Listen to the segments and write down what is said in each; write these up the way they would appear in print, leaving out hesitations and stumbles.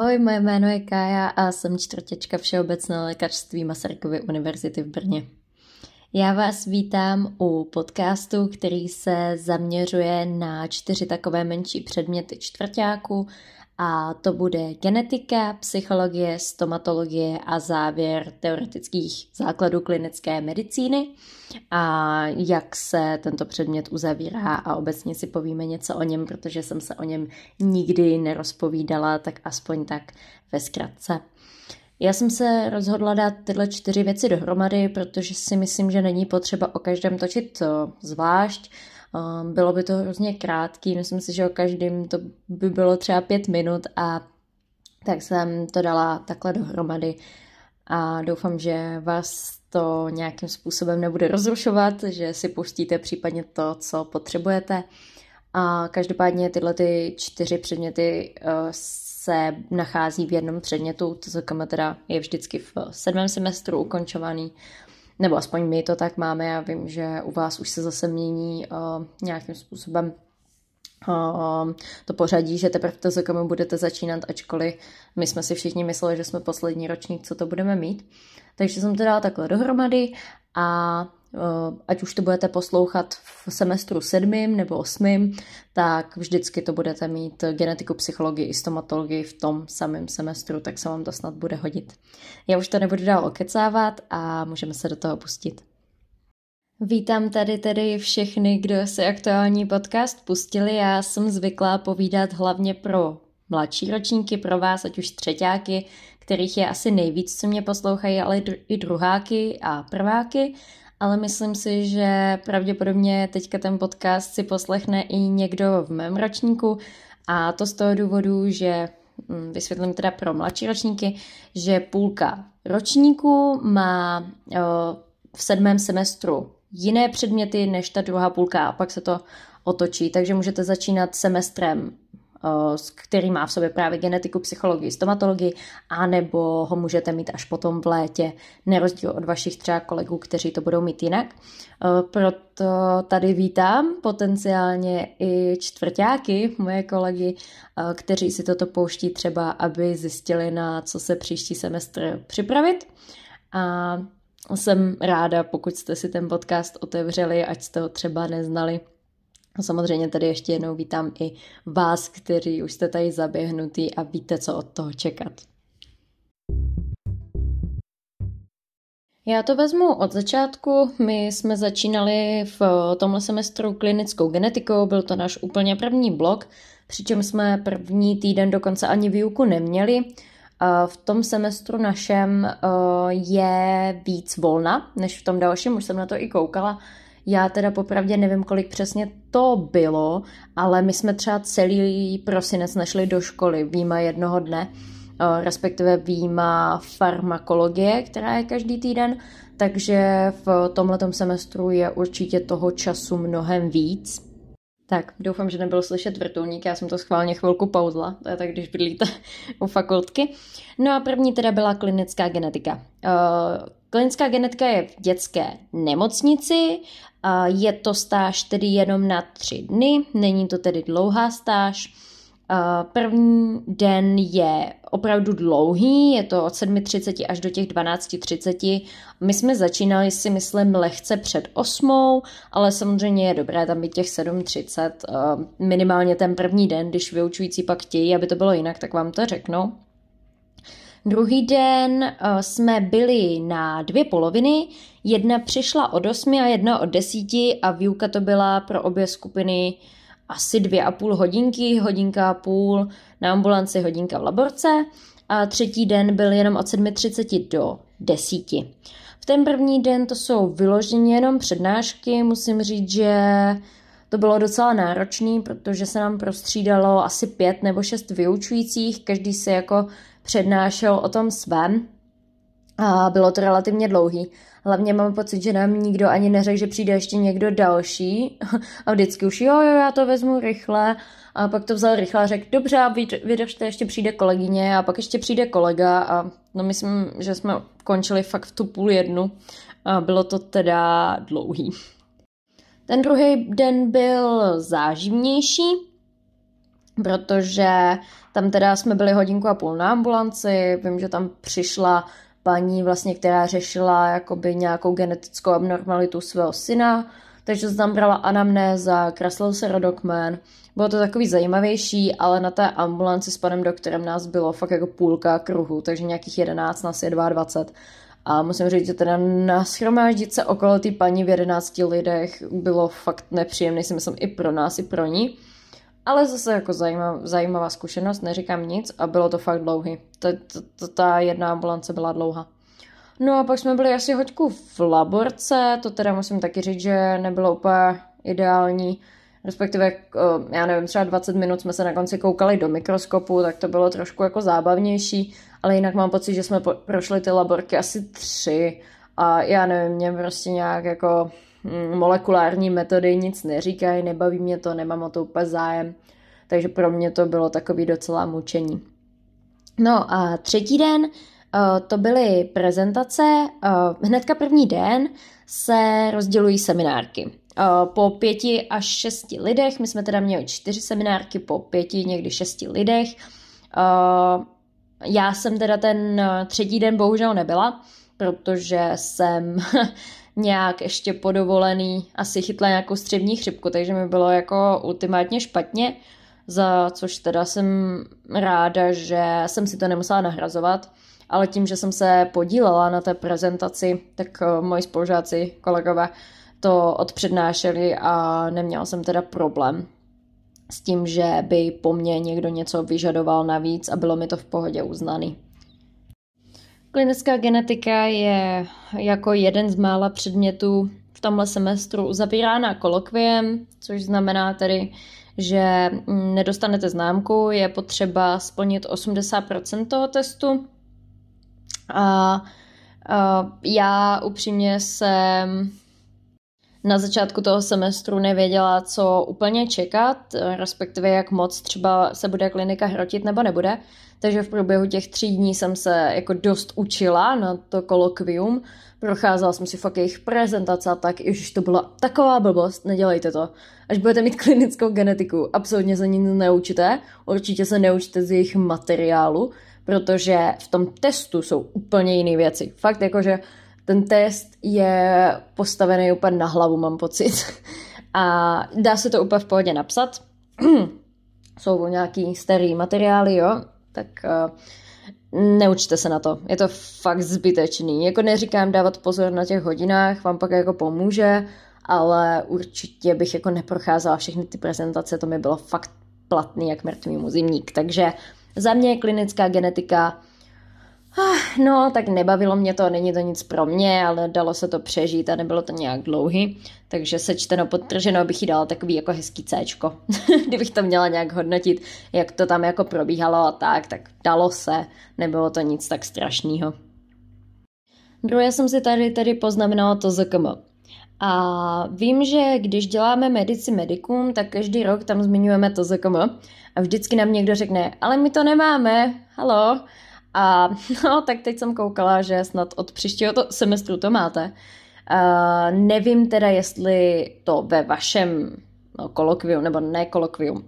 Ahoj, moje jméno je Kája a jsem čtvrtěčka Všeobecného lékařství Masarykovy univerzity v Brně. Já vás vítám u podcastu, který se zaměřuje na 4 takové menší předměty čtvrťáku a to bude genetika, psychologie, stomatologie a závěr teoretických základů klinické medicíny a jak se tento předmět uzavírá a obecně si povíme něco o něm, protože jsem se o něm nikdy nerozpovídala, tak aspoň tak ve zkratce. Já jsem se rozhodla dát tyhle 4 věci dohromady, protože si myslím, že není potřeba o každém točit zvlášť. Bylo by to hrozně krátký, myslím si, že o každém to by bylo třeba 5 minut a tak jsem to dala takhle dohromady a doufám, že vás to nějakým způsobem nebude rozrušovat, že si pustíte případně to, co potřebujete. A každopádně tyhle 4 předměty se nachází v jednom předmětu, to znamená teda je vždycky v 7. semestru ukončovaný, nebo aspoň my to tak máme, já vím, že u vás už se zase mění nějakým způsobem to pořadí, že teprve v TZKM budete začínat, ačkoliv my jsme si všichni mysleli, že jsme poslední ročník, co to budeme mít. Takže jsem to dala takhle dohromady a ať už to budete poslouchat v semestru 7. nebo 8., tak vždycky to budete mít genetiku, psychologii i stomatologii v tom samém semestru, tak se vám to snad bude hodit. Já už to nebudu dál okecávat a můžeme se do toho pustit. Vítám tady tedy všechny, kdo si aktuální podcast pustili. Já jsem zvyklá povídat hlavně pro mladší ročníky, pro vás, ať už třeťáky, kterých je asi nejvíc, co mě poslouchají, ale i druháky a prváky. Ale myslím si, že pravděpodobně teďka ten podcast si poslechne i někdo v mém ročníku a to z toho důvodu, že vysvětlím teda pro mladší ročníky, že půlka ročníku má v 7. semestru jiné předměty než ta druhá půlka a pak se to otočí, takže můžete začínat semestrem, který má v sobě právě genetiku, psychologii, stomatologii, anebo ho můžete mít až potom v létě, na rozdíl od vašich třeba kolegů, kteří to budou mít jinak. Proto tady vítám potenciálně i čtvrťáky, moje kolegy, kteří si toto pouští třeba, aby zjistili, na co se příští semestr připravit. A jsem ráda, pokud jste si ten podcast otevřeli, ať jste ho třeba neznali. Samozřejmě tady ještě jednou vítám i vás, kteří už jste tady zaběhnutí a víte, co od toho čekat. Já to vezmu od začátku. My jsme začínali v tomhle semestru klinickou genetikou, byl to náš úplně první blok, přičemž jsme první týden dokonce ani výuku neměli. V tom semestru našem je víc volna, než v tom dalším, už jsem na to i koukala. Já teda popravdě nevím, kolik přesně to bylo, ale my jsme třeba celý prosinec nešli do školy, výjima jednoho dne, respektive výjima farmakologie, která je každý týden, takže v tomhletom semestru je určitě toho času mnohem víc. Tak, doufám, že nebyl slyšet vrtulník, já jsem to schválně chvilku pauzla, to je tak, když bydlíte u fakultky. No a první teda byla klinická genetika. Klinická genetika je v dětské nemocnici, je to stáž tedy jenom na 3 dny, není to tedy dlouhá stáž. První den je opravdu dlouhý, je to od 7:30 až do těch 12:30. My jsme začínali si myslím lehce před 8, ale samozřejmě je dobré tam být těch 7:30, minimálně ten první den, když vyučující pak chtějí, aby to bylo jinak, tak vám to řeknou. Druhý den jsme byli na 2 poloviny, jedna přišla od 8 a jedna od 10 a výuka to byla pro obě skupiny asi 2,5 hodinky, 1,5 hodinky na ambulanci, hodinka v laborce a třetí den byl jenom od 7:30 do 10. V ten první den to jsou vyloženě jenom přednášky, musím říct, že to bylo docela náročný, protože se nám prostřídalo asi 5 nebo 6 vyučujících, každý se jako přednášel o tom svém a bylo to relativně dlouhý. Hlavně mám pocit, že nám nikdo ani neřekl, že přijde ještě někdo další a vždycky už jo, já to vezmu rychle a pak to vzal rychle a řekl, dobře, a vydržte, ještě přijde kolegyně a pak ještě přijde kolega a no myslím, že jsme končili fakt v tu 12:30 a bylo to teda dlouhý. Ten druhý den byl záživnější. protože tam teda jsme byli 1,5 hodiny na ambulanci, vím, že tam přišla paní vlastně, která řešila jakoby nějakou genetickou abnormalitu svého syna, takže se tam brala anamnéza, kreslil se rodokmen, bylo to takový zajímavější, ale na té ambulanci s panem doktorem nás bylo fakt jako půlka kruhu, takže nějakých 11, nás je 22. A musím říct, že teda nashromáždit se okolo té paní v 11 lidech bylo fakt nepříjemné, si myslím, i pro nás, i pro ní. Ale zase jako zajímavá zkušenost, neříkám nic a bylo to fakt dlouhý. Ta jedna ambulance byla dlouhá. No a pak jsme byli asi hoďku v laborce, to teda musím taky říct, že nebylo úplně ideální. Respektive, já nevím, třeba 20 minut jsme se na konci koukali do mikroskopu, tak to bylo trošku jako zábavnější, ale jinak mám pocit, že jsme prošli ty laborky asi 3 a já nevím, mě prostě nějak jako molekulární metody nic neříkají, nebaví mě to, nemám o to úplně zájem, takže pro mě to bylo takový docela mučení. No a 3. den to byly prezentace, hnedka první den se rozdělují seminárky. Po 5 až 6 lidech, my jsme teda měli 4 seminárky po 5, někdy 6 lidech. Já jsem teda ten 3. den bohužel nebyla, protože jsem nějak ještě po dovolený asi chytla nějakou střevní chřipku, takže mi bylo jako ultimátně špatně, za což teda jsem ráda, že jsem si to nemusela nahrazovat, ale tím, že jsem se podílela na té prezentaci, tak moji spolužáci, kolegové to odpřednášeli a neměla jsem teda problém s tím, že by po mně někdo něco vyžadoval navíc a bylo mi to v pohodě uznaný. Klinická genetika je jako jeden z mála předmětů v tomhle semestru uzavírána kolokviem, což znamená tedy, že nedostanete známku, je potřeba splnit 80% toho testu. A já upřímně jsem na začátku toho semestru nevěděla, co úplně čekat, respektive jak moc třeba se bude klinika hrotit nebo nebude. Takže v průběhu těch 3 dní jsem se jako dost učila na to kolokvium. Procházela jsem si fakt jejich prezentace a tak, ježiš, to byla taková blbost, nedělejte to. Až budete mít klinickou genetiku, absolutně se nic neučíte, určitě se neučíte z jejich materiálu, protože v tom testu jsou úplně jiné věci. Fakt jakože ten test je postavený úplně na hlavu, mám pocit. A dá se to úplně v pohodě napsat. Jsou nějaký starý materiály, jo, tak neučte se na to. Je to fakt zbytečný. Jako neříkám dávat pozor na těch hodinách, vám pak jako pomůže, ale určitě bych jako neprocházela všechny ty prezentace, to mi bylo fakt platný jak mrtvýmu zimník. Takže za mě klinická genetika, no, tak nebavilo mě to, není to nic pro mě, ale dalo se to přežít a nebylo to nějak dlouhý, takže sečteno podtrženo bych jí dala takový jako hezký Cčko. Kdybych to měla nějak hodnotit, jak to tam jako probíhalo a tak dalo se, nebylo to nic tak strašného. Druhé jsem si tady poznamenala to ZKM. A vím, že když děláme Medici Medicum, tak každý rok tam zmiňujeme to ZKM a vždycky nám někdo řekne, ale my to nemáme, halo. A no, tak teď jsem koukala, že snad od příštího semestru to máte. Nevím teda, jestli to ve vašem kolokviu, nebo ne kolokviu,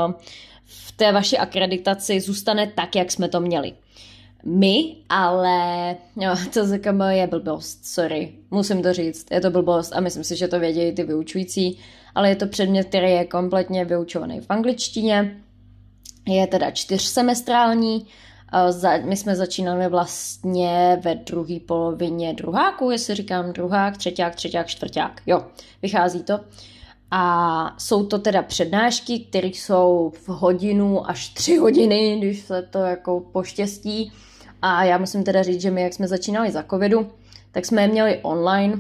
v té vaší akreditaci zůstane tak, jak jsme to měli. My, ale to ZKM je blbost, sorry, musím to říct, je to blbost a myslím si, že to vědějí ty vyučující, ale je to předmět, který je kompletně vyučovaný v angličtině, je teda 4semestrální. My jsme začínali vlastně ve druhé polovině druháku, jestli říkám druhák, třeťák, čtvrťák. Jo, vychází to. A jsou to teda přednášky, které jsou v 1 hodinu až 3 hodiny, když se to jako poštěstí. A já musím teda říct, že my, jak jsme začínali za covidu, tak jsme je měli online.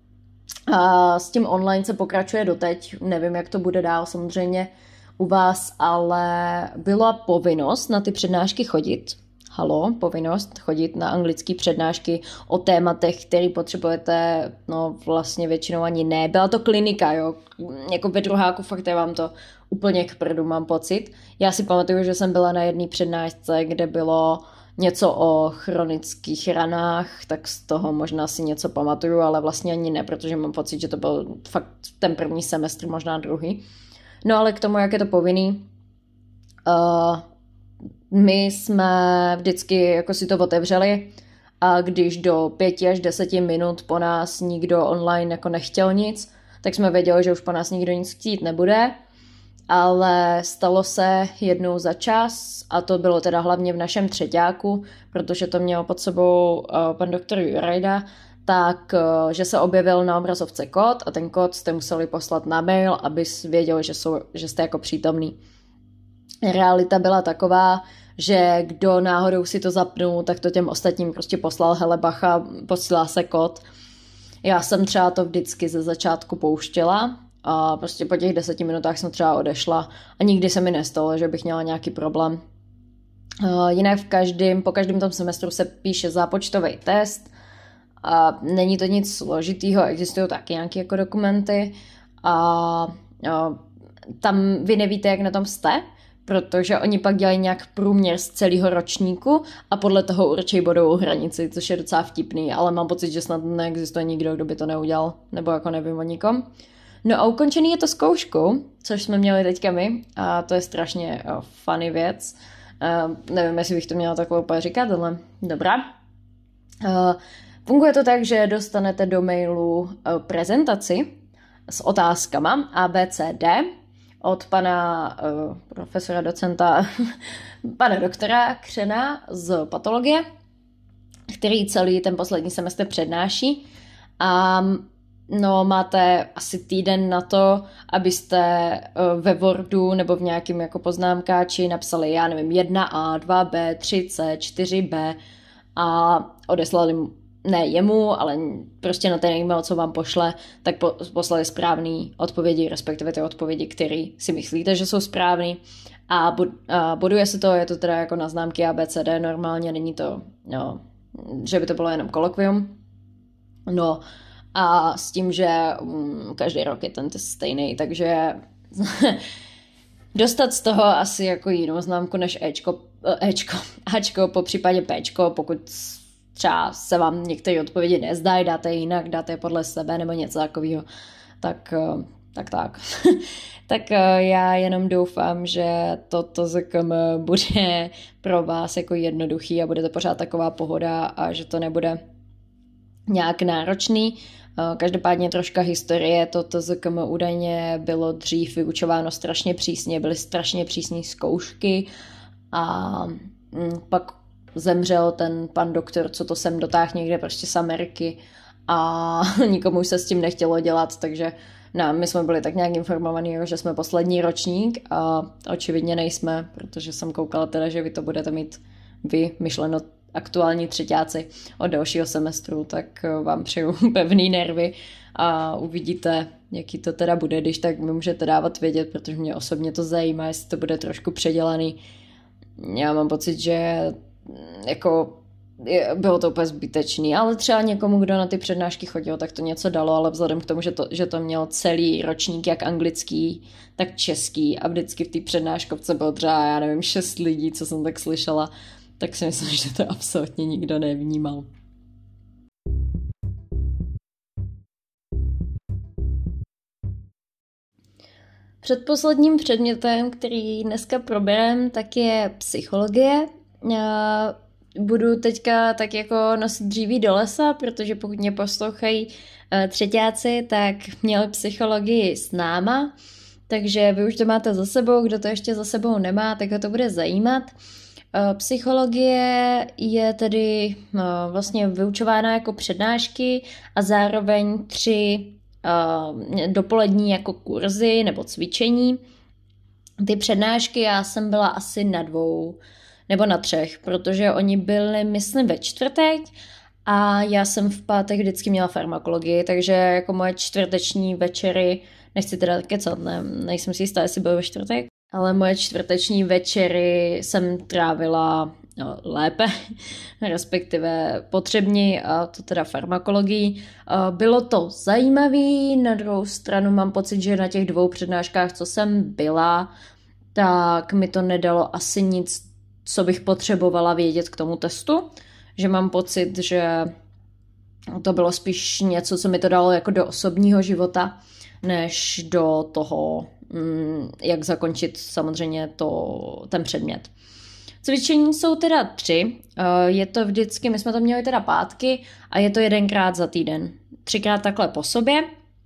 A s tím online se pokračuje doteď. Nevím, jak to bude dál samozřejmě u vás, ale byla povinnost na ty přednášky chodit. Povinnost chodit na anglické přednášky o tématech, které potřebujete, no vlastně většinou ani ne. Byla to klinika, jo, jako ve druháku fakt je vám to úplně k prdu, mám pocit. Já si pamatuju, že jsem byla na jedné přednášce, kde bylo něco o chronických ranách, tak z toho možná si něco pamatuju, ale vlastně ani ne, protože mám pocit, že to byl fakt ten první semestr, možná druhý. No ale k tomu, jak je to povinný, My jsme vždycky jako si to otevřeli a když do 5 až 10 minut po nás nikdo online jako nechtěl nic, tak jsme věděli, že už po nás nikdo nic chtít nebude, ale stalo se jednou za čas a to bylo teda hlavně v našem třeťáku, protože to měl pod sebou pan doktor Jurajda, tak, že se objevil na obrazovce kód a ten kód jste museli poslat na mail, aby věděli, že jste jako přítomný. Realita byla taková, že kdo náhodou si to zapnul, tak to těm ostatním prostě poslal, hele bacha, posílá se kód. Já jsem třeba to vždycky ze začátku pouštěla a prostě po těch 10 minutách jsem třeba odešla a nikdy se mi nestalo, že bych měla nějaký problém. Jinak po každém tom semestru se píše zápočtový test a není to nic složitýho, existují taky nějaké jako dokumenty a tam vy nevíte, jak na tom jste, protože oni pak dělají nějak průměr z celého ročníku a podle toho určitě bodovou hranici, což je docela vtipný, ale mám pocit, že snad neexistuje nikdo, kdo by to neudělal, nebo jako nevím o nikom. No a ukončený je to zkouškou, což jsme měli teďka my a to je strašně funny věc. Nevím, jestli bych to měla takhle úplně říkat, ale dobrá. Funguje to tak, že dostanete do mailu prezentaci s otázkama A, B, C, D od pana profesora, docenta, pana doktora Křena z patologie, který celý ten poslední semestr přednáší. A máte asi týden na to, abyste ve Wordu nebo v nějakém jako poznámkáči napsali, já nevím, 1A, 2B, 3C, 4B a odeslali ne jemu, ale prostě na ten e-mail, co vám pošle, tak poslali správné odpovědi, respektive ty odpovědi, které si myslíte, že jsou správné. A boduje se to, je to teda jako na známky ABCD, normálně není to, že by to bylo jenom kolokvium. No a s tím, že každý rok je ten test stejný, takže dostat z toho asi jako jinou známku než Ačko, po případě Pčko, pokud třeba se vám některé odpovědi nezdají, dáte je jinak, dáte je podle sebe nebo něco takového, tak. Tak já jenom doufám, že to ZKM bude pro vás jako jednoduchý a bude to pořád taková pohoda a že to nebude nějak náročný. Každopádně troška historie, to ZKM údajně bylo dřív vyučováno strašně přísně, byly strašně přísné zkoušky a pak zemřel ten pan doktor, co to sem dotáhl někde prostě z Ameriky a nikomu se s tím nechtělo dělat, takže my jsme byli tak nějak informovaní, že jsme poslední ročník a očividně nejsme, protože jsem koukala teda, že vy to budete mít myšleno aktuální třeťáci od dalšího semestru, tak vám přeju pevný nervy a uvidíte, jaký to teda bude, když tak mi můžete dávat vědět, protože mě osobně to zajímá, jestli to bude trošku předělaný. Já mám pocit, že jako bylo to úplně zbytečný, ale třeba někomu, kdo na ty přednášky chodil, tak to něco dalo, ale vzhledem k tomu, že to měl celý ročník, jak anglický, tak český a vždycky v té přednáškovce bylo třeba, já nevím, 6 lidí, co jsem tak slyšela, tak si myslím, že to absolutně nikdo nevnímal. Předposledním předmětem, který dneska proberem, tak je psychologie. Budu teďka tak jako nosit dříví do lesa, protože pokud mě poslouchají třeťáci, tak měli psychologii s náma, takže vy už to máte za sebou, kdo to ještě za sebou nemá, tak ho to bude zajímat. Psychologie je tedy vlastně vyučována jako přednášky a zároveň 3 dopolední jako kurzy nebo cvičení. Ty přednášky já jsem byla asi na 2 nebo na 3, protože oni byli, myslím, ve čtvrtek a já jsem v pátek vždycky měla farmakologii, takže jako moje čtvrteční večery, nechci teda kecat, nejsem si jistá, jestli byl ve čtvrtek, ale moje čtvrteční večery jsem trávila lépe, respektive potřebněji, a to teda farmakologii. Bylo to zajímavé, na druhou stranu mám pocit, že na těch 2 přednáškách, co jsem byla, tak mi to nedalo asi nic, co bych potřebovala vědět k tomu testu, že mám pocit, že to bylo spíš něco, co mi to dalo jako do osobního života, než do toho jak zakončit samozřejmě ten předmět. Cvičení jsou teda 3, je to vždycky, my jsme to měli teda pátky a je to 1krát za týden, 3krát takhle po sobě.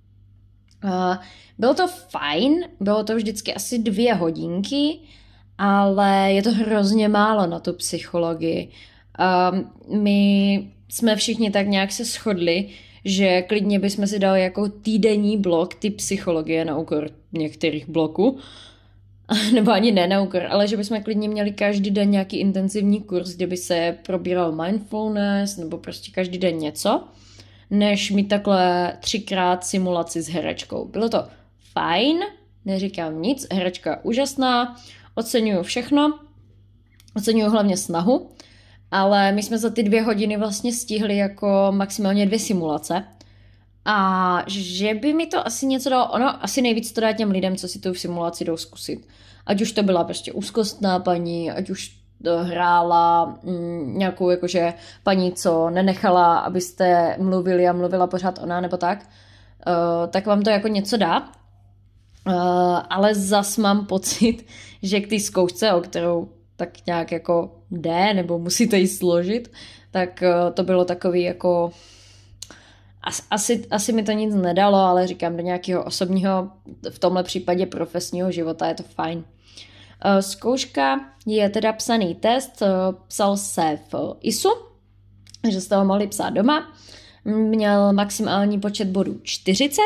Bylo to fajn, bylo to vždycky asi 2 hodinky, ale je to hrozně málo na tu psychologii. My jsme všichni tak nějak se shodli, že klidně bychom si dali jako týdenní blok ty psychologie na úkor některých bloků. Nebo ani ne na úkor, ale že bychom klidně měli každý den nějaký intenzivní kurz, kde by se probíral mindfulness nebo prostě každý den něco, než mít takhle 3krát simulaci s herečkou. Bylo to fajn, neříkám nic, herečka úžasná, oceňuju všechno, oceňuju hlavně snahu, ale my jsme za ty 2 hodiny vlastně stihli jako maximálně 2 simulace a že by mi to asi něco dalo, ono asi nejvíc to dá těm lidem, co si tu simulaci jdou zkusit. Ať už to byla prostě úzkostná paní, ať už hrála nějakou jakože paní, co nenechala, abyste mluvili a mluvila pořád ona nebo tak vám to jako něco dá. Ale zas mám pocit, že k té zkoušce, o kterou tak nějak jako jde, nebo musíte ji složit, tak to bylo takový jako asi mi to nic nedalo, ale říkám, do nějakého osobního, v tomhle případě profesního života je to fajn. Zkouška je teda psaný test, psal se v ISu, že jste ho mohli psát doma. Měl maximální počet bodů 40,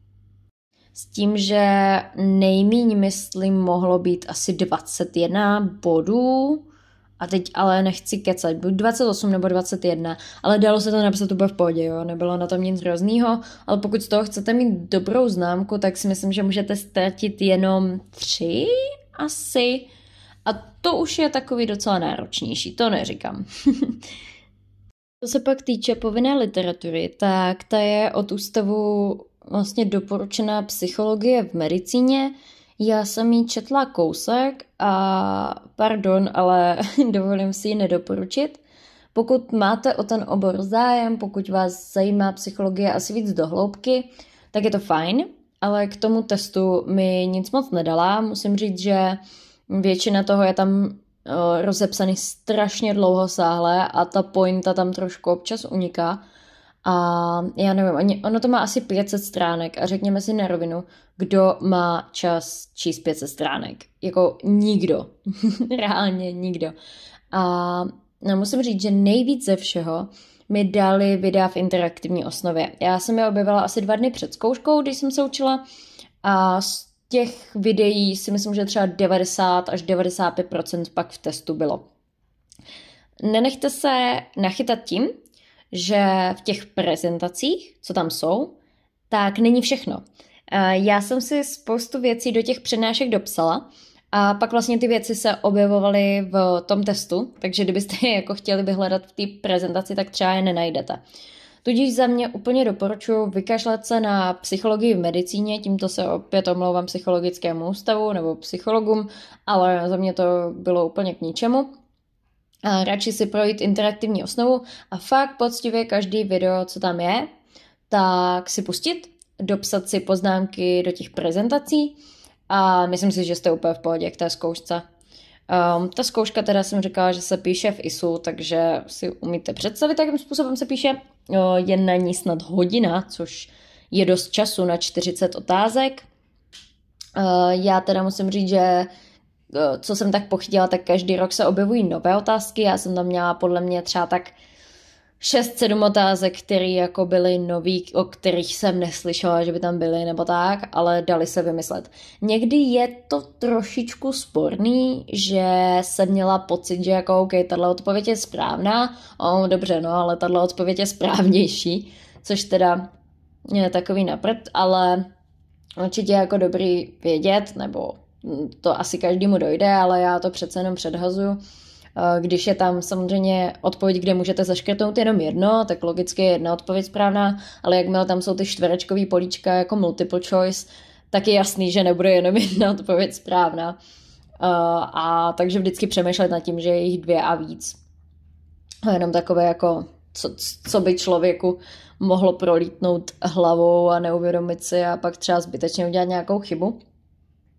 s tím, že nejmíň, myslím, mohlo být asi 21 bodů, a teď ale nechci kecat, buď 28 nebo 21, ale dalo se to napsat úplně v pohodě, jo? Nebylo na tom nic hroznýho, ale pokud z toho chcete mít dobrou známku, tak si myslím, že můžete ztratit jenom 3 asi, a to už je takový docela náročnější, to neříkám. Co se pak týče povinné literatury, tak ta je od ústavu vlastně doporučená psychologie v medicíně. Já jsem jí četla kousek a pardon, ale dovolím si ji nedoporučit. Pokud máte o ten obor zájem, pokud vás zajímá psychologie asi víc do hloubky, tak je to fajn, ale k tomu testu mi nic moc nedala. Musím říct, že většina toho je tam rozepsaný strašně dlouhosáhle a ta pointa tam trošku občas uniká. A já nevím, ono to má asi 500 stránek a řekněme si na rovinu, kdo má čas číst 500 stránek. Jako nikdo. Reálně nikdo. A musím říct, že nejvíc ze všeho mi dali videa v interaktivní osnově. Já jsem je objevila asi 2 dny před zkouškou, když jsem se učila, a z těch videí si myslím, že třeba 90 až 95% pak v testu bylo. Nenechte se nachytat tím, že v těch prezentacích, co tam jsou, tak není všechno. Já jsem si spoustu věcí do těch přednášek dopsala a pak vlastně ty věci se objevovaly v tom testu, takže kdybyste je jako chtěli vyhledat v té prezentaci, tak třeba je nenajdete. Tudíž za mě úplně doporučuji vykašlat se na psychologii v medicíně, tímto se opět omlouvám psychologickému ústavu nebo psychologům, ale za mě to bylo úplně k ničemu. A radši si projít interaktivní osnovu a fakt poctivě každý video, co tam je, tak si pustit, dopsat si poznámky do těch prezentací a myslím si, že jste úplně v pohodě k té zkoušce. Ta zkouška teda jsem říkala, že se píše v ISu, takže si umíte představit, jakým způsobem se píše. Je na ní snad hodina, což je dost času na 40 otázek. Já teda musím říct, že co jsem tak pochytila, tak každý rok se objevují nové otázky. Já jsem tam měla podle mě třeba tak 6-7 otázek, které jako byly nový, o kterých jsem neslyšela, že by tam byly nebo tak, ale dali se vymyslet. Někdy je to trošičku sporný, že jsem měla pocit, že jako OK, tato odpověď je správná, dobře, no, ale tato odpověď je správnější, což teda je takový naprd, ale určitě jako dobrý vědět, nebo to asi každému dojde, ale já to přece jenom předhazuju. Když je tam samozřejmě odpověď, kde můžete zaškrtnout jenom jedno, tak logicky je jedna odpověď správná, ale jakmile tam jsou ty čtverečkový políčka jako multiple choice, tak je jasný, že nebude jenom jedna odpověď správná. A takže vždycky přemýšlet nad tím, že je jich 2 a víc. A jenom takové jako, co by člověku mohlo prolítnout hlavou a neuvědomit si a pak třeba zbytečně udělat nějakou chybu.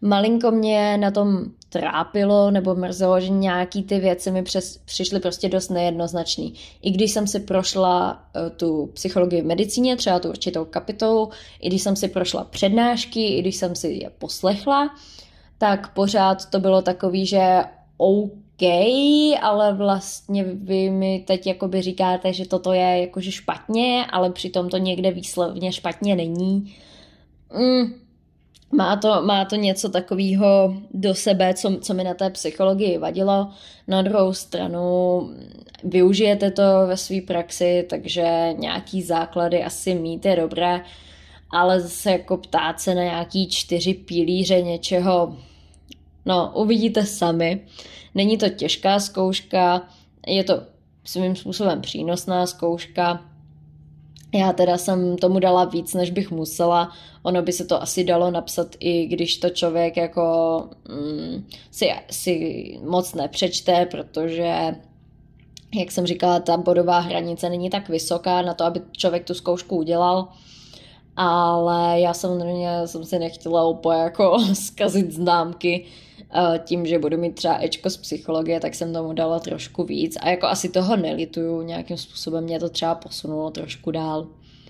Malinko mě na tom trápilo nebo mrzelo, že nějaký ty věci mi přišly prostě dost nejednoznačný. I když jsem si prošla tu psychologii v medicíně, třeba tu určitou kapitolu, i když jsem si prošla přednášky, i když jsem si je poslechla, tak pořád to bylo takový, že OK, ale vlastně vy mi teď jakoby říkáte, že toto je jakože špatně, ale přitom to někde výslovně špatně není. Má to něco takového do sebe, co mi na té psychologii vadilo. Na druhou stranu využijete to ve své praxi, takže nějaký základy asi mít je dobré, ale zase jako ptát se na nějaký 4 pilíře něčeho, no uvidíte sami. Není to těžká zkouška, je to svým způsobem přínosná zkouška. Já teda jsem tomu dala víc, než bych musela. Ono by se to asi dalo napsat, i když to člověk jako si moc nepřečte, protože, jak jsem říkala, ta bodová hranice není tak vysoká na to, aby člověk tu zkoušku udělal. Ale já samozřejmě jsem si nechtěla úplně jako zkazit známky tím, že budu mít třeba Ečko z psychologie, tak jsem tomu dala trošku víc a jako asi toho nelituju, nějakým způsobem mě to třeba posunulo trošku dál.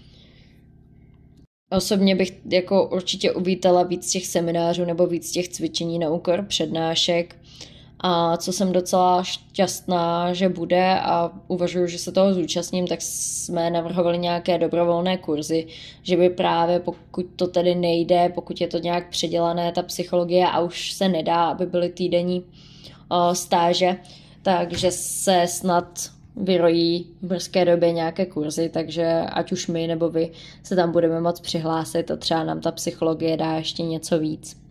Osobně bych jako určitě uvítala víc těch seminářů nebo víc těch cvičení na úkor přednášek. A co jsem docela šťastná, že bude a uvažuji, že se toho zúčastním, tak jsme navrhovali nějaké dobrovolné kurzy, že by právě pokud to tedy nejde, pokud je to nějak předělané, ta psychologie a už se nedá, aby byly týdenní stáže, takže se snad vyrojí v brzké době nějaké kurzy, takže ať už my nebo vy se tam budeme moct přihlásit a třeba nám ta psychologie dá ještě něco víc.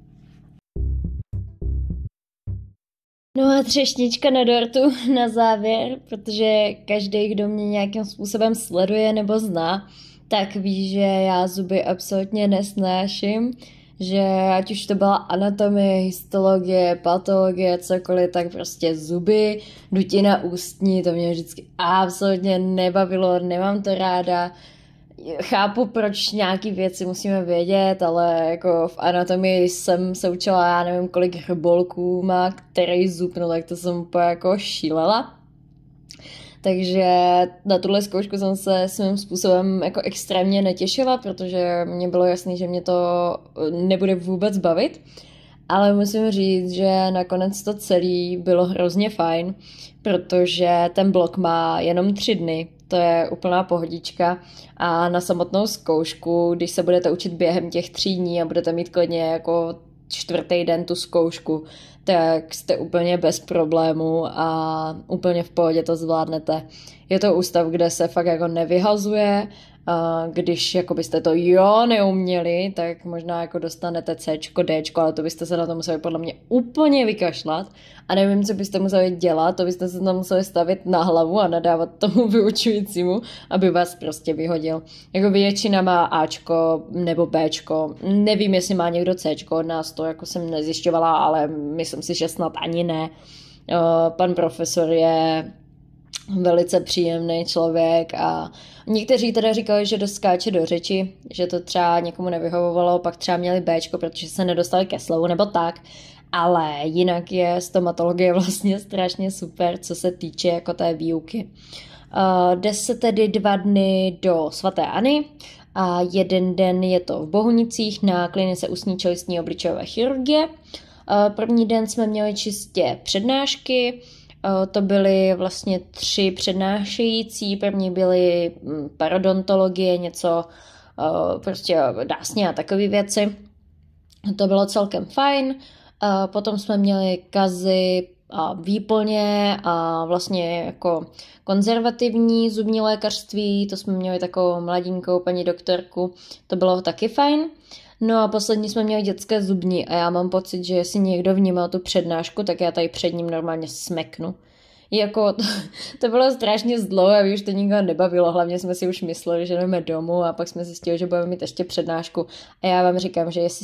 No a třešnička na dortu na závěr, protože každý, kdo mě nějakým způsobem sleduje nebo zná, tak ví, že já zuby absolutně nesnáším, že ať už to byla anatomie, histologie, patologie, cokoliv, tak prostě zuby, dutina ústní, to mě vždycky absolutně nebavilo, nemám to ráda. Chápu, proč nějaký věci musíme vědět, ale jako v anatomii jsem se učila, já nevím, kolik hrbolků má který zub, no tak to jsem úplně jako šílela. Takže na tuhle zkoušku jsem se svým způsobem jako extrémně netěšila, protože mně bylo jasný, že mě to nebude vůbec bavit. Ale musím říct, že nakonec to celé bylo hrozně fajn, protože ten blok má jenom 3 dny. To je úplná pohodička a na samotnou zkoušku, když se budete učit během těch 3 dní a budete mít klidně jako 4. den tu zkoušku, tak jste úplně bez problému a úplně v pohodě to zvládnete. Je to ústav, kde se fakt jako nevyhazuje, když jako byste to neuměli, tak možná jako dostanete Cčko, Dčko, ale to byste se na to museli podle mě úplně vykašlat a nevím, co byste museli dělat, to byste se tam museli stavit na hlavu a nadávat tomu vyučujícímu, aby vás prostě vyhodil. Jako většina má Ačko nebo Bčko, nevím, jestli má někdo Cčko od nás, to jako jsem nezjišťovala, ale myslím si, že snad ani ne. Pan profesor je velice příjemný člověk a někteří teda říkali, že dost skáče do řeči, že to třeba někomu nevyhovovalo, pak třeba měli Bčko, protože se nedostali ke slovu nebo tak, ale jinak je stomatologie vlastně strašně super, co se týče jako té výuky. Jde se tedy 2 dny do svaté Anny a 1 den je to v Bohunicích na klinice ústní, čelistní, obličejové chirurgie. První den jsme měli čistě přednášky, to byly vlastně 3 přednášející, první byly parodontologie, něco prostě dásně a takové věci. To bylo celkem fajn. Potom jsme měli kazy a výplně a vlastně jako konzervativní zubní lékařství, to jsme měli takovou mladinkou paní doktorku, to bylo taky fajn. No a poslední jsme měli dětské zubní a já mám pocit, že jestli někdo vnímal tu přednášku, tak já tady před ním normálně smeknu. jako to bylo strašně zlo a už to nikdo nebavilo, hlavně jsme si už mysleli, že jdeme domů a pak jsme zjistili, že budeme mít ještě přednášku a já vám říkám, že jestli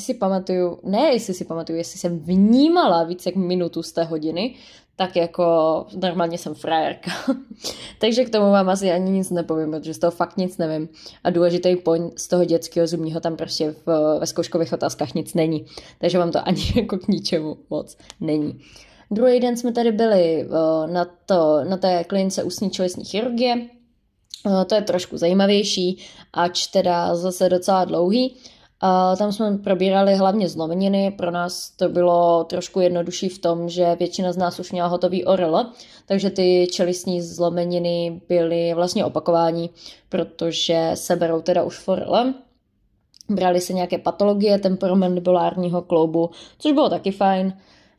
jsem vnímala víc jak minutu z té hodiny, tak jako normálně jsem frajerka. Takže k tomu vám asi ani nic nepovím, protože z toho fakt nic nevím. A důležitý point z toho dětského zubního tam prostě ve zkouškových otázkách nic není. Takže vám to ani jako k ničemu moc není. Druhý den jsme tady byli na té klinice ústní čelistní chirurgie. To je trošku zajímavější, ač teda zase docela dlouhý. Tam jsme probírali hlavně zlomeniny, pro nás to bylo trošku jednodušší v tom, že většina z nás už měla hotový ORL, takže ty čelistní zlomeniny byly vlastně opakování, protože se berou teda už v ORL. Brali se nějaké patologie temporomandibolárního kloubu, což bylo taky fajn.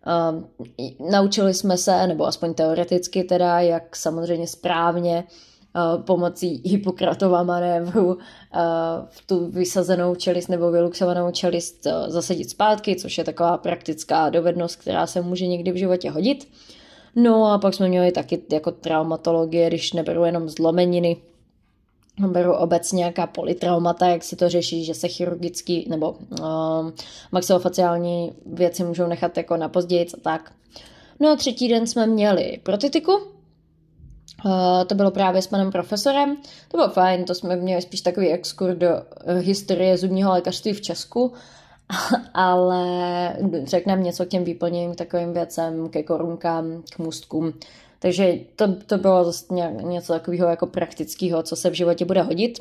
Naučili jsme se, nebo aspoň teoreticky teda, jak samozřejmě správně pomocí Hippokratova manévru v tu vysazenou čelist nebo vyluxovanou čelist zasadit zpátky, což je taková praktická dovednost, která se může někdy v životě hodit. No a pak jsme měli taky jako traumatologie, když neberu jenom zlomeniny, beru obecně nějaká polytraumata, jak se to řeší, že se chirurgický nebo maxilofaciální věci můžou nechat jako na později a tak. No a třetí den jsme měli protetiku. To bylo právě s panem profesorem. To bylo fajn, to jsme měli spíš takový exkurs do historie zubního lékařství v Česku, ale řekl nám něco k těm výplněným takovým věcem, ke korunkám, k můstkům. Takže to bylo zase něco takového jako praktického, co se v životě bude hodit.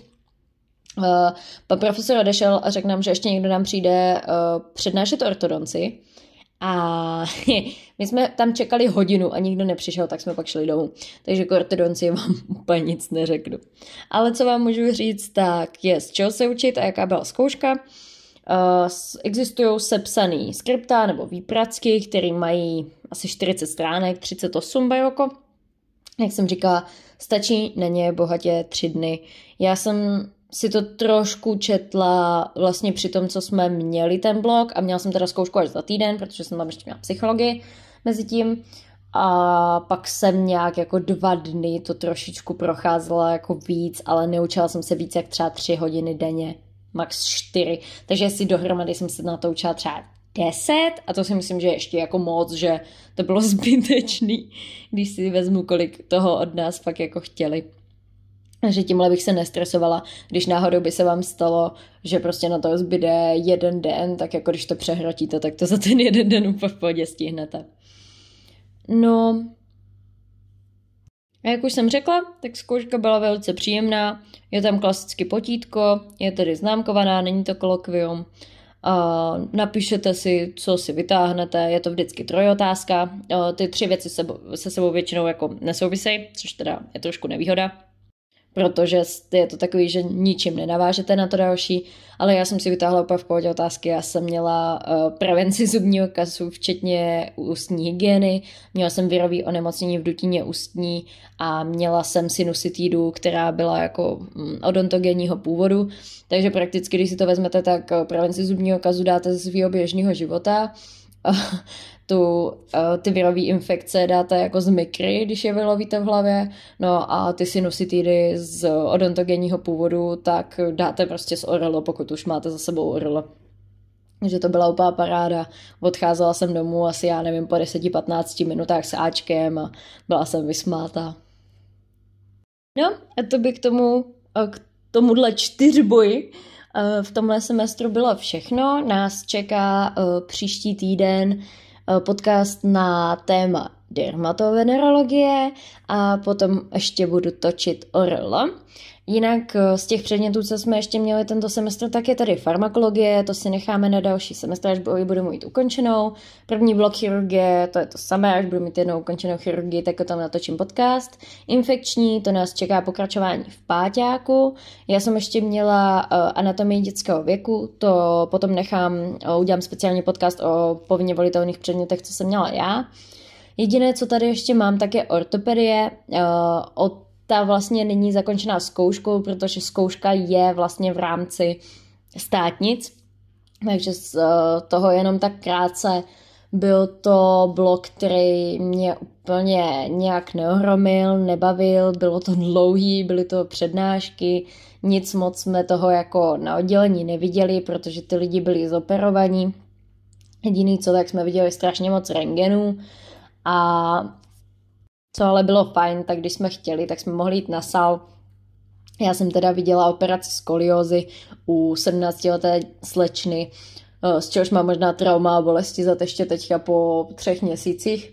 Pan profesor odešel a řekl nám, že ještě někdo nám přijde přednášet ortodonci. A my jsme tam čekali hodinu a nikdo nepřišel, tak jsme pak šli domů. Takže k ortodonci vám úplně nic neřeknu. Ale co vám můžu říct, tak je z čeho se učit a jaká byla zkouška. Existují sepsaný skripta nebo výpracky, které mají asi 40 stránek, 38 bajoko. Jak jsem říkala, stačí na ně bohatě 3 dny. Já jsem si to trošku četla vlastně při tom, co jsme měli ten blog a měla jsem teda zkoušku až za týden, protože jsem tam ještě měla psychologii mezi tím a pak jsem nějak jako 2 dny to trošičku procházela jako víc, ale neučila jsem se víc jak třeba 3 hodiny denně, max 4, takže si dohromady jsem se na to učila třeba 10 a to si myslím, že ještě jako moc, že to bylo zbytečný, když si vezmu, kolik toho od nás fakt jako chtěli. Že tímhle bych se nestresovala, když náhodou by se vám stalo, že prostě na to zbyde 1 den, tak jako když to přehrotíte, tak to za ten 1 den úplně v pohodě stihnete. No, a jak už jsem řekla, tak zkouška byla velice příjemná, je tam klasicky potítko, je tedy známkovaná, není to kolokvium, napíšete si, co si vytáhnete, je to vždycky trojotázka, ty 3 věci se sebou většinou jako nesouvisejí, což teda je trošku nevýhoda, protože je to takový, že ničím nenavážete na to další, ale já jsem si vytáhla úplně v pohodě otázky, já jsem měla prevenci zubního kazu, včetně ústní hygieny, měla jsem virový onemocnění v dutině ústní a měla jsem sinusitidu, která byla jako odontogenního původu, takže prakticky, když si to vezmete, tak prevenci zubního kazu dáte ze svého běžného života, ty virové infekce dáte jako z mikry, když je vylovíte v hlavě, no a ty sinusitidy z odontogenního původu, tak dáte prostě z ORL, pokud už máte za sebou ORL. Takže to byla úplná paráda. Odcházela jsem domů asi, já nevím, po 10-15 minutách s áčkem a byla jsem vysmátá. No a to by k tomuhle 4boji v tomhle semestru bylo všechno. Nás čeká příští týden podcast na téma dermatovenerologie a potom ještě budu točit ORL. Jinak z těch předmětů, co jsme ještě měli tento semestr, tak je tady farmakologie, to si necháme na další semestr, až budu mít ukončenou. První blok chirurgie, to je to samé, až budu mít jednou ukončenou chirurgii, tak o tom natočím podcast. Infekční, to nás čeká pokračování v páťáku. Já jsem ještě měla anatomii dětského věku, to potom udělám speciální podcast o povinně volitelných předmětech, co jsem měla já. Jediné, co tady ještě mám, tak je ortopedie. Ta vlastně není zakončená zkouškou, protože zkouška je vlastně v rámci státnic, takže z toho jenom tak krátce Byl to blok, který mě úplně nějak neohromil, nebavil, bylo to dlouhý, byly to přednášky, nic moc jsme toho jako na oddělení neviděli, protože ty lidi byli zoperovaní. Jediný co, tak jsme viděli strašně moc rentgenů a co ale bylo fajn, tak když jsme chtěli, tak jsme mohli jít na sál. Já jsem teda viděla operaci skoliózy u 17leté slečny, z čehož mám možná trauma a bolesti za ještě teďka po 3 měsících.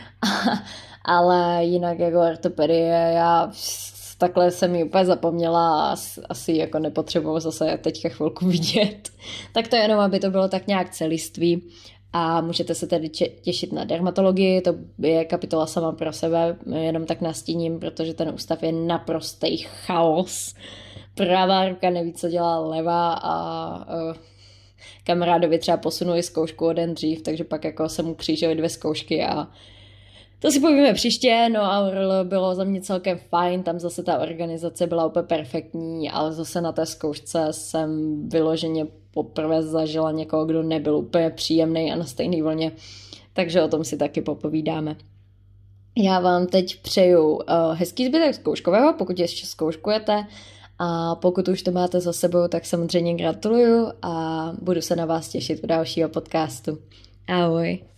Ale jinak jako ortopedie, já takhle jsem ji úplně zapomněla a asi jako nepotřebuji zase teďka chvilku vidět. Tak to jenom, aby to bylo tak nějak celiství. A můžete se tedy těšit na dermatologii, to je kapitola sama pro sebe, jenom tak nastíním, protože ten ústav je naprostý chaos. Pravá ruka neví, co dělá levá a kamarádovi třeba posunuli zkoušku o den dřív, takže pak jako se mu křížily 2 zkoušky a to si povíme příště, no a bylo za mě celkem fajn, tam zase ta organizace byla úplně perfektní, ale zase na té zkoušce jsem vyloženě poprvé zažila někoho, kdo nebyl úplně příjemný a na stejný vlně, takže o tom si taky popovídáme. Já vám teď přeju hezký zbytek zkouškového, pokud ještě zkouškujete, a pokud už to máte za sebou, tak samozřejmě gratuluju a budu se na vás těšit u dalšího podcastu. Ahoj.